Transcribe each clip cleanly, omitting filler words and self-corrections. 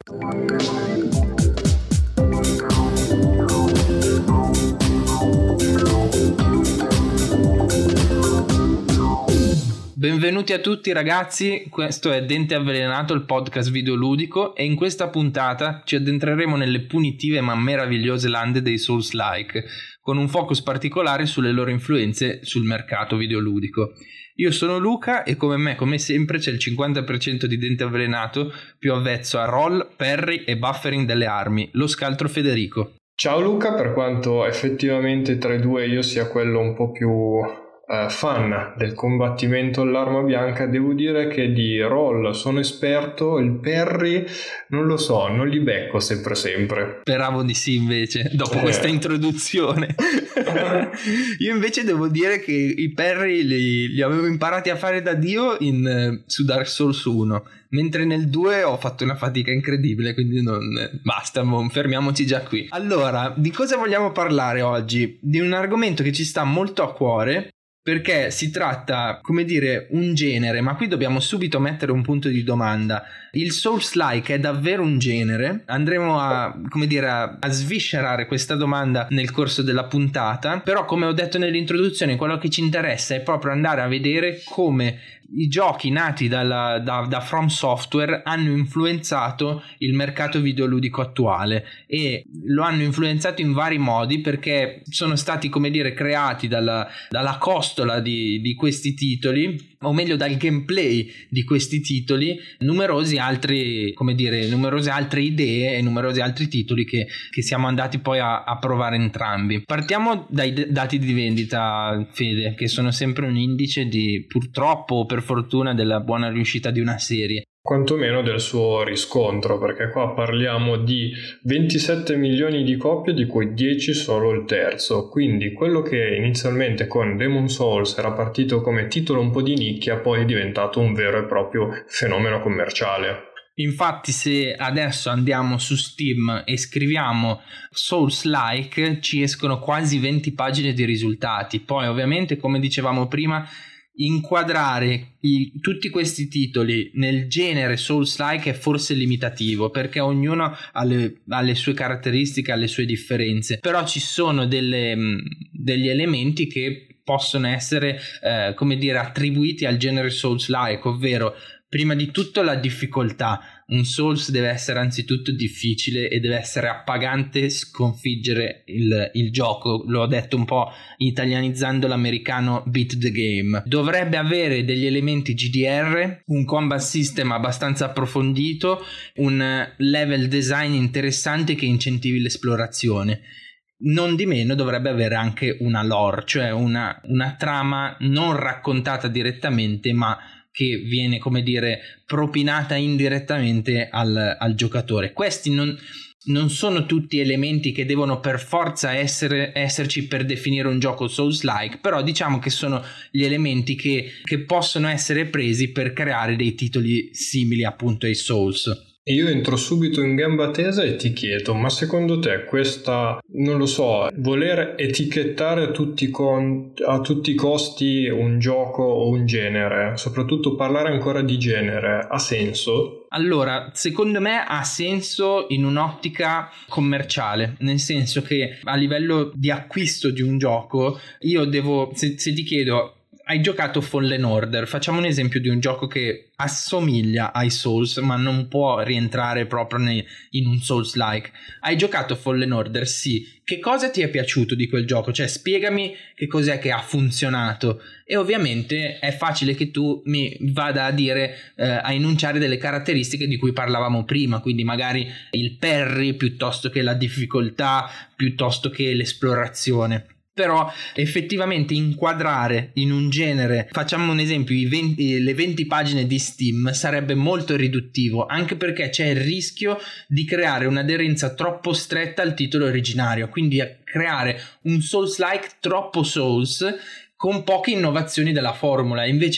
Benvenuti a tutti ragazzi, questo è Dente Avvelenato, il podcast videoludico, e in questa puntata ci addentreremo nelle punitive ma meravigliose lande dei Souls-like, con un focus particolare sulle loro influenze sul mercato videoludico. Io sono Luca e come me, come sempre, c'è il 50% di Dente Avvelenato più avvezzo a roll, parry e buffering delle armi, lo scaltro Federico. Ciao Luca, per quanto effettivamente tra i due io sia quello un po' più fan del combattimento all'arma bianca, devo dire che di roll sono esperto, il parry non lo so, non li becco sempre. Speravo di sì invece, dopo questa introduzione. Io invece devo dire che i parry li avevo imparati a fare da Dio su Dark Souls 1, mentre nel 2 ho fatto una fatica incredibile, quindi basta, fermiamoci già qui. Allora, di cosa vogliamo parlare oggi? Di un argomento che ci sta molto a cuore, perché si tratta, come dire, un genere, ma qui dobbiamo subito mettere un punto di domanda. Il Souls-like è davvero un genere? Andremo a sviscerare questa domanda nel corso della puntata, però come ho detto nell'introduzione, quello che ci interessa è proprio andare a vedere come i giochi nati da From Software hanno influenzato il mercato videoludico attuale, e lo hanno influenzato in vari modi, perché sono stati, come dire, creati dalla costola di questi titoli, o meglio dal gameplay di questi titoli, numerose altre idee e numerosi altri titoli che siamo andati poi a provare entrambi. Partiamo dai dati di vendita, Fede, che sono sempre un indice di, purtroppo o per fortuna, della buona riuscita di una serie. Quantomeno del suo riscontro, perché qua parliamo di 27 milioni di copie, di cui 10 solo il terzo, quindi quello che inizialmente con Demon's Souls era partito come titolo un po' di nicchia poi è diventato un vero e proprio fenomeno commerciale. Infatti se adesso andiamo su Steam e scriviamo Souls-like ci escono quasi 20 pagine di risultati. Poi ovviamente, come dicevamo prima, inquadrare tutti questi titoli nel genere Souls-like è forse limitativo, perché ognuno ha le sue caratteristiche, ha le sue differenze, però ci sono degli elementi che possono essere attribuiti al genere Souls-like, ovvero prima di tutto la difficoltà. Un Souls deve essere anzitutto difficile e deve essere appagante sconfiggere il gioco. L'ho detto un po' italianizzando l'americano beat the game. Dovrebbe avere degli elementi GDR, un combat system abbastanza approfondito, un level design interessante che incentivi l'esplorazione. Non di meno dovrebbe avere anche una lore, cioè una trama non raccontata direttamente, ma che viene, come dire, propinata indirettamente al giocatore. Questi non sono tutti elementi che devono per forza esserci per definire un gioco Souls-like, però diciamo che sono gli elementi che possono essere presi per creare dei titoli simili appunto ai Souls. E io entro subito in gamba tesa e ti chiedo, ma secondo te questa, non lo so, voler etichettare a tutti i costi un gioco o un genere, soprattutto parlare ancora di genere, ha senso? Allora, secondo me ha senso in un'ottica commerciale, nel senso che a livello di acquisto di un gioco io devo, se ti chiedo, hai giocato Fallen Order? Facciamo un esempio di un gioco che assomiglia ai Souls ma non può rientrare proprio in un Souls-like. Hai giocato Fallen Order? Sì. Che cosa ti è piaciuto di quel gioco? Cioè spiegami che cos'è che ha funzionato. E ovviamente è facile che tu mi vada a dire, a enunciare delle caratteristiche di cui parlavamo prima, quindi magari il parry piuttosto che la difficoltà, piuttosto che l'esplorazione. Però effettivamente inquadrare in un genere, facciamo un esempio, le 20 pagine di Steam sarebbe molto riduttivo, anche perché c'è il rischio di creare un'aderenza troppo stretta al titolo originario, quindi creare un Souls-like troppo Souls con poche innovazioni della formula. Invece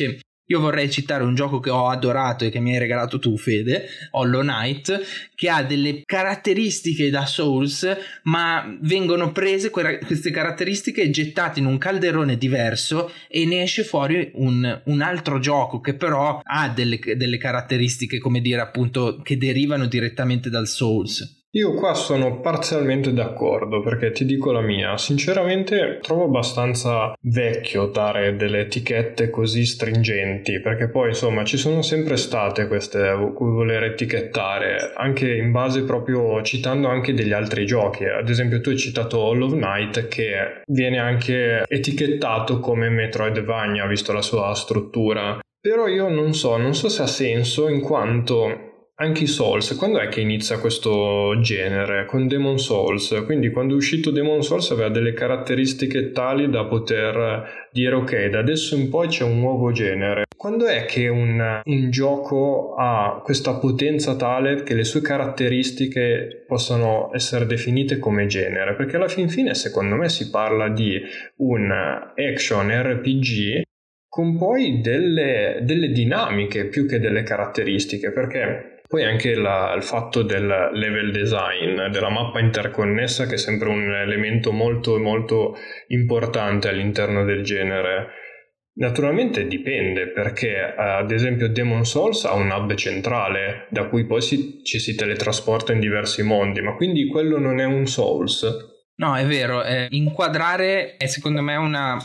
Io vorrei citare un gioco che ho adorato e che mi hai regalato tu, Fede, Hollow Knight, che ha delle caratteristiche da Souls, ma vengono prese queste caratteristiche e gettate in un calderone diverso e ne esce fuori un altro gioco che però ha delle caratteristiche, come dire, appunto, che derivano direttamente dal Souls. Io qua sono parzialmente d'accordo, perché ti dico la mia, sinceramente trovo abbastanza vecchio dare delle etichette così stringenti, perché poi insomma ci sono sempre state queste voler etichettare, anche in base proprio citando anche degli altri giochi. Ad esempio tu hai citato Hollow Knight, che viene anche etichettato come Metroidvania visto la sua struttura, però io non so se ha senso, in quanto anche i Souls, quando è che inizia questo genere? Con Demon Souls, quindi quando è uscito Demon Souls aveva delle caratteristiche tali da poter dire ok, da adesso in poi c'è un nuovo genere. Quando è che un gioco ha questa potenza tale che le sue caratteristiche possano essere definite come genere? Perché alla fin fine secondo me si parla di un action RPG con poi delle dinamiche più che delle caratteristiche, perché poi anche il fatto del level design, della mappa interconnessa, che è sempre un elemento molto molto importante all'interno del genere. Naturalmente dipende, perché ad esempio Demon Souls ha un hub centrale da cui poi ci si teletrasporta in diversi mondi, ma quindi quello non è un Souls? No, è vero, inquadrare è secondo me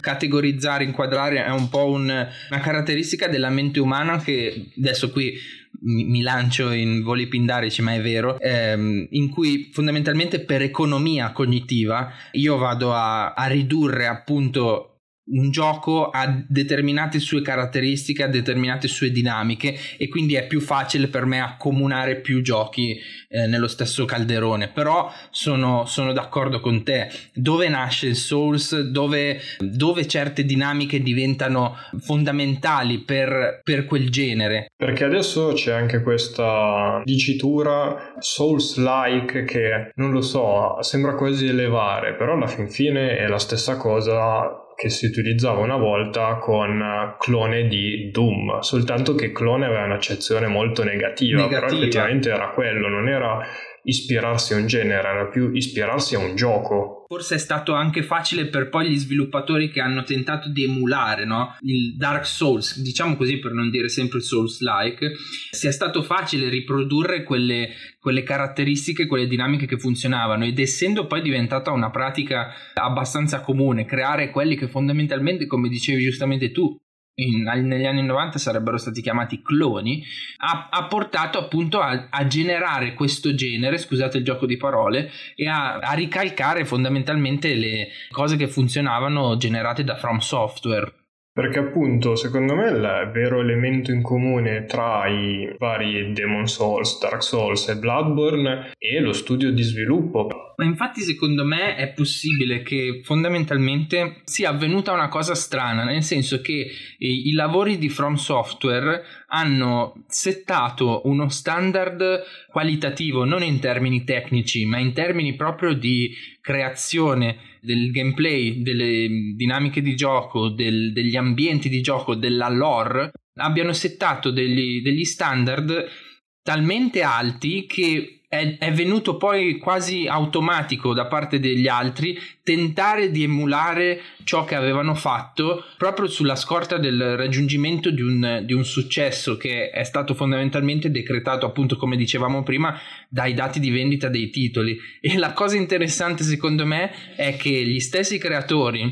inquadrare è un po' una caratteristica della mente umana che adesso qui mi lancio in voli pindarici, ma è vero, in cui fondamentalmente per economia cognitiva io vado a ridurre appunto un gioco ha determinate sue caratteristiche, ha determinate sue dinamiche e quindi è più facile per me accomunare più giochi nello stesso calderone. Però sono d'accordo con te, dove nasce il Souls, dove certe dinamiche diventano fondamentali per quel genere. Perché adesso c'è anche questa dicitura Souls-like che, non lo so, sembra quasi elevare, però alla fin fine è la stessa cosa che si utilizzava una volta con clone di Doom, soltanto che clone aveva un'accezione molto negativa. Però effettivamente era quello, non era ispirarsi a un genere, era più ispirarsi a un gioco. Forse è stato anche facile per poi gli sviluppatori che hanno tentato di emulare, no? Il Dark Souls, diciamo così per non dire sempre Souls-like, sia stato facile riprodurre quelle caratteristiche, quelle dinamiche che funzionavano, ed essendo poi diventata una pratica abbastanza comune creare quelli che fondamentalmente, come dicevi giustamente tu, negli anni 90 sarebbero stati chiamati cloni, ha portato appunto a generare questo genere, scusate il gioco di parole, e a ricalcare fondamentalmente le cose che funzionavano generate da From Software. Perché appunto secondo me il vero elemento in comune tra i vari Demon Souls, Dark Souls e Bloodborne è lo studio di sviluppo. Ma infatti secondo me è possibile che fondamentalmente sia avvenuta una cosa strana, nel senso che i lavori di From Software hanno settato uno standard qualitativo non in termini tecnici ma in termini proprio di creazione del gameplay, delle dinamiche di gioco, degli ambienti di gioco, della lore. Abbiano settato degli standard talmente alti che è venuto poi quasi automatico da parte degli altri tentare di emulare ciò che avevano fatto, proprio sulla scorta del raggiungimento di un successo che è stato fondamentalmente decretato, appunto come dicevamo prima, dai dati di vendita dei titoli. E la cosa interessante secondo me è che gli stessi creatori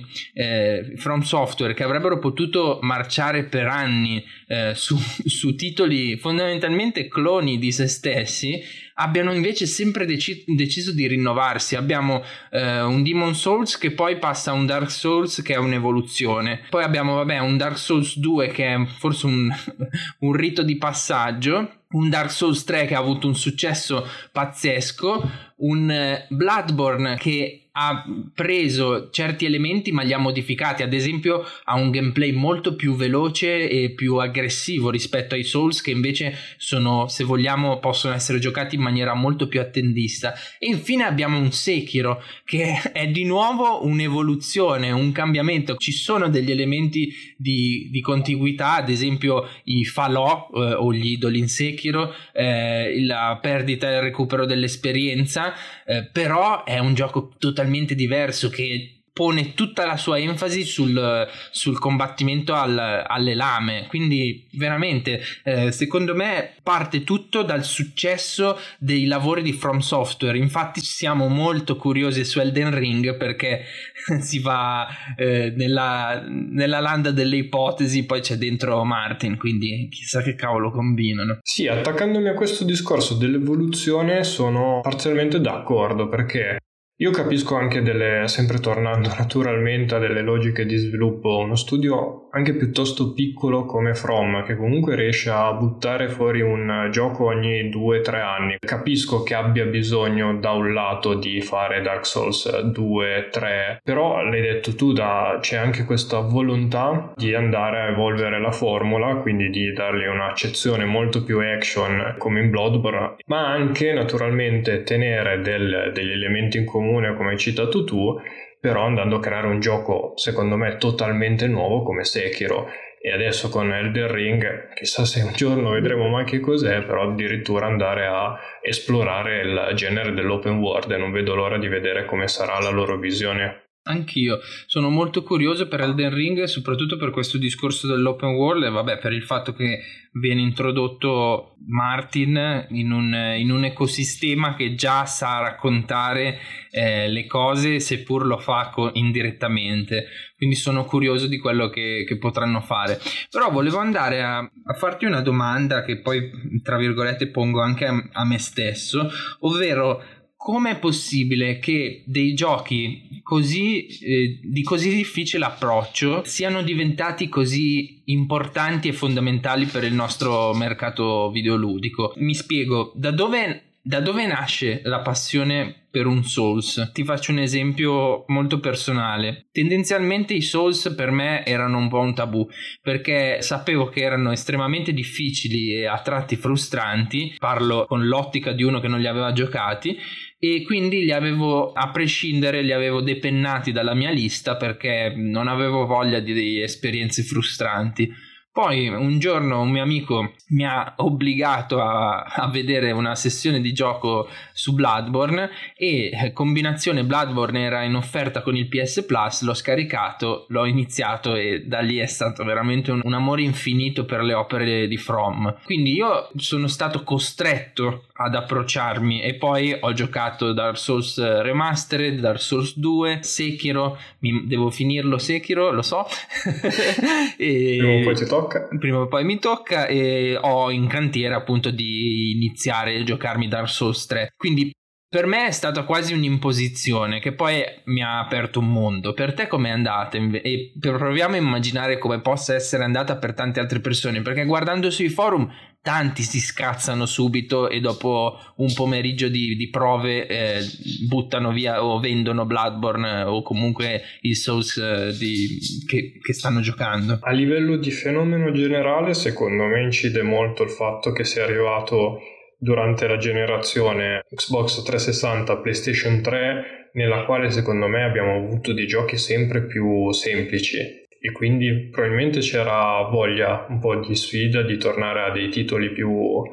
From Software, che avrebbero potuto marciare per anni su titoli fondamentalmente cloni di se stessi, abbiano invece sempre deciso di rinnovarsi. Abbiamo un Demon Souls che poi passa a un Dark Souls che è un'evoluzione, poi abbiamo un Dark Souls 2 che è forse un rito di passaggio, un Dark Souls 3 che ha avuto un successo pazzesco, un Bloodborne che ha preso certi elementi ma li ha modificati. Ad esempio ha un gameplay molto più veloce e più aggressivo rispetto ai Souls, che invece sono, se vogliamo, possono essere giocati in maniera molto più attendista. E infine abbiamo un Sekiro che è di nuovo un'evoluzione, un cambiamento. Ci sono degli elementi di contiguità, ad esempio i falò o gli idoli in Sekiro, la perdita e il recupero dell'esperienza, però è un gioco totalmente diverso che pone tutta la sua enfasi sul combattimento alle lame. Quindi veramente secondo me parte tutto dal successo dei lavori di From Software. Infatti siamo molto curiosi su Elden Ring, perché si va nella landa delle ipotesi, poi c'è dentro Martin, quindi chissà che cavolo combinano. Sì, attaccandomi a questo discorso dell'evoluzione sono parzialmente d'accordo, perché io capisco anche sempre tornando naturalmente a delle logiche di sviluppo, uno studio anche piuttosto piccolo come From, che comunque riesce a buttare fuori un gioco ogni 2-3 anni. Capisco che abbia bisogno da un lato di fare Dark Souls 2-3, però l'hai detto tu, c'è anche questa volontà di andare a evolvere la formula, quindi di dargli un'accezione molto più action come in Bloodborne, ma anche naturalmente tenere degli elementi in comune come hai citato tu, però andando a creare un gioco secondo me totalmente nuovo come Sekiro. E adesso con Elden Ring chissà se un giorno vedremo mai che cos'è, però addirittura andare a esplorare il genere dell'open world, e non vedo l'ora di vedere come sarà la loro visione. Anch'io sono molto curioso per Elden Ring, soprattutto per questo discorso dell'open world, e vabbè, per il fatto che viene introdotto Martin in un ecosistema che già sa raccontare le cose, seppur lo fa indirettamente. Quindi sono curioso di quello che potranno fare. Però volevo andare a farti una domanda che poi, tra virgolette, pongo anche a me stesso, ovvero: com'è possibile che dei giochi di così difficile approccio siano diventati così importanti e fondamentali per il nostro mercato videoludico? Mi spiego, da dove nasce la passione per un Souls? Ti faccio un esempio molto personale. Tendenzialmente i Souls per me erano un po' un tabù, perché sapevo che erano estremamente difficili e a tratti frustranti. Parlo con l'ottica di uno che non li aveva giocati, e quindi a prescindere li avevo depennati dalla mia lista, perché non avevo voglia di esperienze frustranti. Poi un giorno un mio amico mi ha obbligato a vedere una sessione di gioco su Bloodborne, e combinazione Bloodborne era in offerta con il PS Plus, l'ho scaricato, l'ho iniziato, e da lì è stato veramente un amore infinito per le opere di From. Quindi io sono stato costretto ad approcciarmi, e poi ho giocato Dark Souls Remastered, Dark Souls 2, Sekiro, devo finirlo Sekiro, lo so. E prima o poi ti tocca. Prima o poi mi tocca, e ho in cantiere appunto di iniziare a giocarmi Dark Souls 3. Quindi per me è stata quasi un'imposizione che poi mi ha aperto un mondo. Per te com'è andata? E proviamo a immaginare come possa essere andata per tante altre persone, perché guardando sui forum tanti si scazzano subito e dopo un pomeriggio di prove buttano via o vendono Bloodborne o comunque il Souls che stanno giocando. A livello di fenomeno generale, secondo me incide molto il fatto che sia arrivato durante la generazione Xbox 360, PlayStation 3, nella quale secondo me abbiamo avuto dei giochi sempre più semplici, e quindi probabilmente c'era voglia un po' di sfida, di tornare a dei titoli più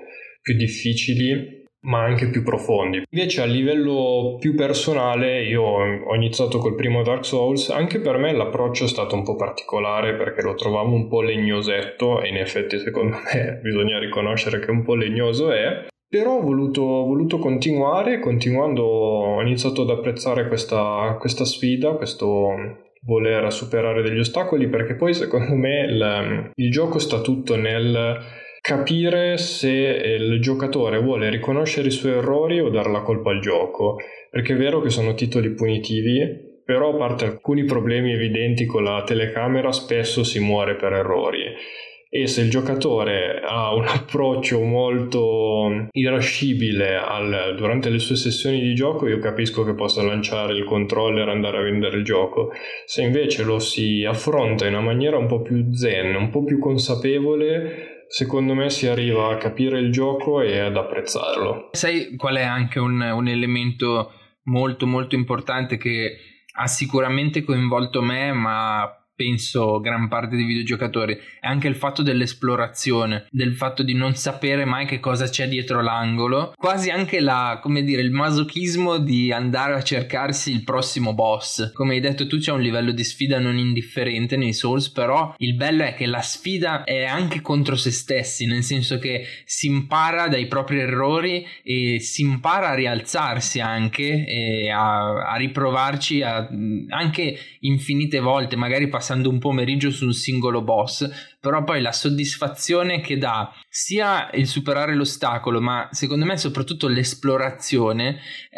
difficili ma anche più profondi. Invece a livello più personale io ho iniziato col primo Dark Souls. Anche per me l'approccio è stato un po' particolare, perché lo trovavo un po' legnosetto, e in effetti secondo me bisogna riconoscere che un po' legnoso è. Però ho voluto continuando ho iniziato ad apprezzare questa sfida, questo voler superare degli ostacoli, perché poi secondo me il gioco sta tutto nel capire se il giocatore vuole riconoscere i suoi errori o dare la colpa al gioco, perché è vero che sono titoli punitivi, però a parte alcuni problemi evidenti con la telecamera spesso si muore per errori. e se il giocatore ha un approccio molto irascibile durante le sue sessioni di gioco, io capisco che possa lanciare il controller e andare a vendere il gioco. Se invece lo si affronta in una maniera un po' più zen, un po' più consapevole, secondo me si arriva a capire il gioco e ad apprezzarlo. Sai qual è anche un elemento molto molto importante che ha sicuramente coinvolto me, ma penso gran parte dei videogiocatori, è anche il fatto dell'esplorazione, del fatto di non sapere mai che cosa c'è dietro l'angolo, quasi anche il masochismo di andare a cercarsi il prossimo boss. Come hai detto tu, c'è un livello di sfida non indifferente nei Souls, però il bello è che la sfida è anche contro se stessi, nel senso che si impara dai propri errori e si impara a rialzarsi anche e a riprovarci anche infinite volte, magari passando un pomeriggio su un singolo boss, però poi la soddisfazione che dà sia il superare l'ostacolo, ma secondo me soprattutto l'esplorazione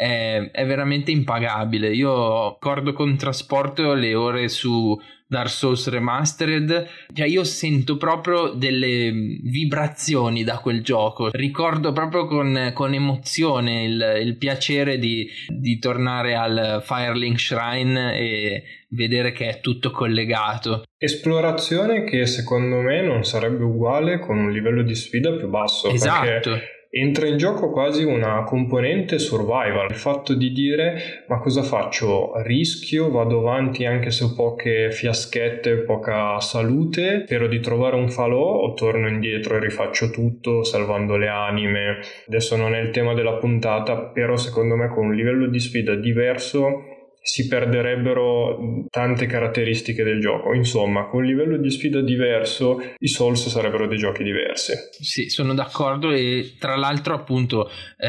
è veramente impagabile. Io ricordo con trasporto le ore su Dark Souls Remastered, cioè io sento proprio delle vibrazioni da quel gioco, ricordo proprio con emozione il piacere di tornare al Firelink Shrine e vedere che è tutto collegato. Esplorazione che secondo me non sarebbe uguale con un livello di sfida più basso. Esatto. Perché entra in gioco quasi una componente survival, il fatto di dire ma cosa faccio? Rischio, vado avanti anche se ho poche fiaschette, poca salute, spero di trovare un falò o torno indietro e rifaccio tutto salvando le anime. Adesso non è il tema della puntata, però secondo me con un livello di sfida diverso si perderebbero tante caratteristiche del gioco. Insomma, con un livello di sfida diverso i Souls sarebbero dei giochi diversi. Sì, sono d'accordo, e tra l'altro appunto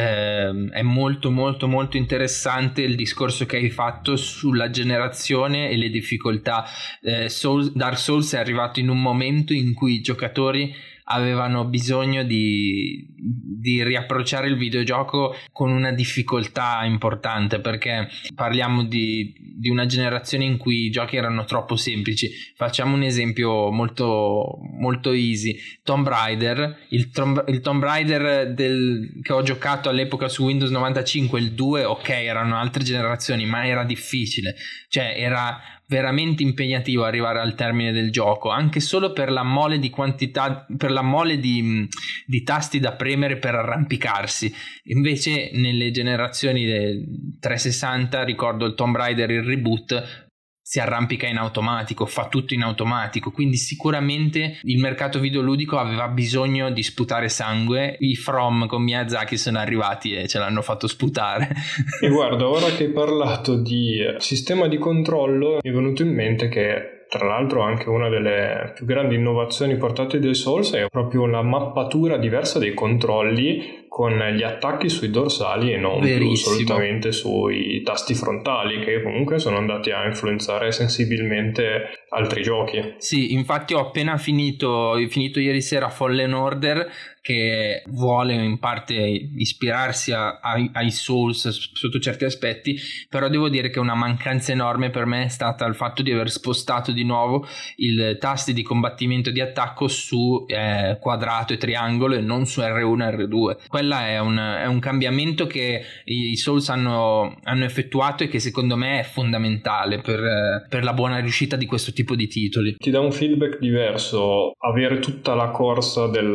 è molto molto molto interessante il discorso che hai fatto sulla generazione e le difficoltà. Dark Souls è arrivato in un momento in cui i giocatori avevano bisogno di riapprocciare il videogioco con una difficoltà importante, perché parliamo di una generazione in cui i giochi erano troppo semplici. Facciamo un esempio molto molto easy: Tomb Raider, il Tomb Raider che ho giocato all'epoca su Windows 95, il 2, ok, erano altre generazioni, ma era difficile, cioè era veramente impegnativo arrivare al termine del gioco, anche solo per la mole di quantità, per la mole di tasti da premere per arrampicarsi. Invece nelle generazioni del 360, ricordo il Tomb Raider, il reboot, si arrampica in automatico, fa tutto in automatico, quindi sicuramente il mercato videoludico aveva bisogno di sputare sangue. I From con Miyazaki sono arrivati e ce l'hanno fatto sputare. E guarda, ora che hai parlato di sistema di controllo, mi è venuto in mente che tra l'altro anche una delle più grandi innovazioni portate dai Souls è proprio la mappatura diversa dei controlli, con gli attacchi sui dorsali e non più solitamente sui tasti frontali, che comunque sono andati a influenzare sensibilmente altri giochi. Sì, infatti ho finito ieri sera Fallen Order, che vuole in parte ispirarsi ai Souls sotto certi aspetti, però devo dire che una mancanza enorme per me è stata il fatto di aver spostato di nuovo i tasti di combattimento e di attacco su quadrato e triangolo e non su R1 e R2. Quella è un cambiamento che i Souls hanno effettuato e che secondo me è fondamentale per la buona riuscita di questo tipo di titoli. Ti dà un feedback diverso avere tutta la corsa di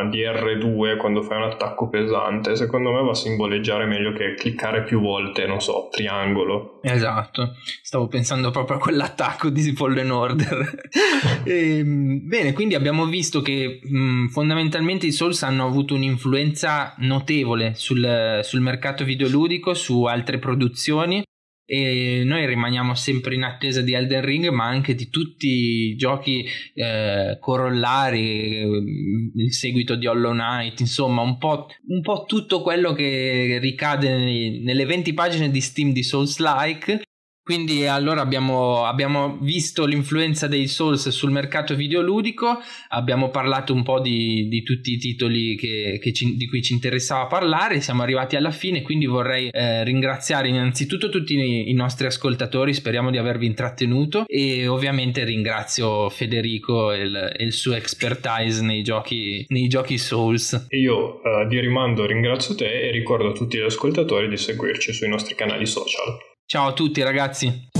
R2 quando fai un attacco pesante. Secondo me va a simboleggiare meglio che cliccare più volte, non so, triangolo. Esatto, stavo pensando proprio a quell'attacco di Fallen Order. Bene, quindi abbiamo visto che fondamentalmente i Souls hanno avuto un'influenza notevole sul mercato videoludico, su altre produzioni, e noi rimaniamo sempre in attesa di Elden Ring, ma anche di tutti i giochi corollari, il seguito di Hollow Knight, insomma un po' tutto quello che ricade nelle 20 pagine di Steam di Souls-like. Quindi allora abbiamo visto l'influenza dei Souls sul mercato videoludico, abbiamo parlato un po' di tutti i titoli di cui ci interessava parlare, siamo arrivati alla fine, quindi vorrei ringraziare innanzitutto tutti i nostri ascoltatori, speriamo di avervi intrattenuto, e ovviamente ringrazio Federico e il suo expertise nei giochi Souls. E io di rimando ringrazio te e ricordo a tutti gli ascoltatori di seguirci sui nostri canali social. Ciao a tutti ragazzi.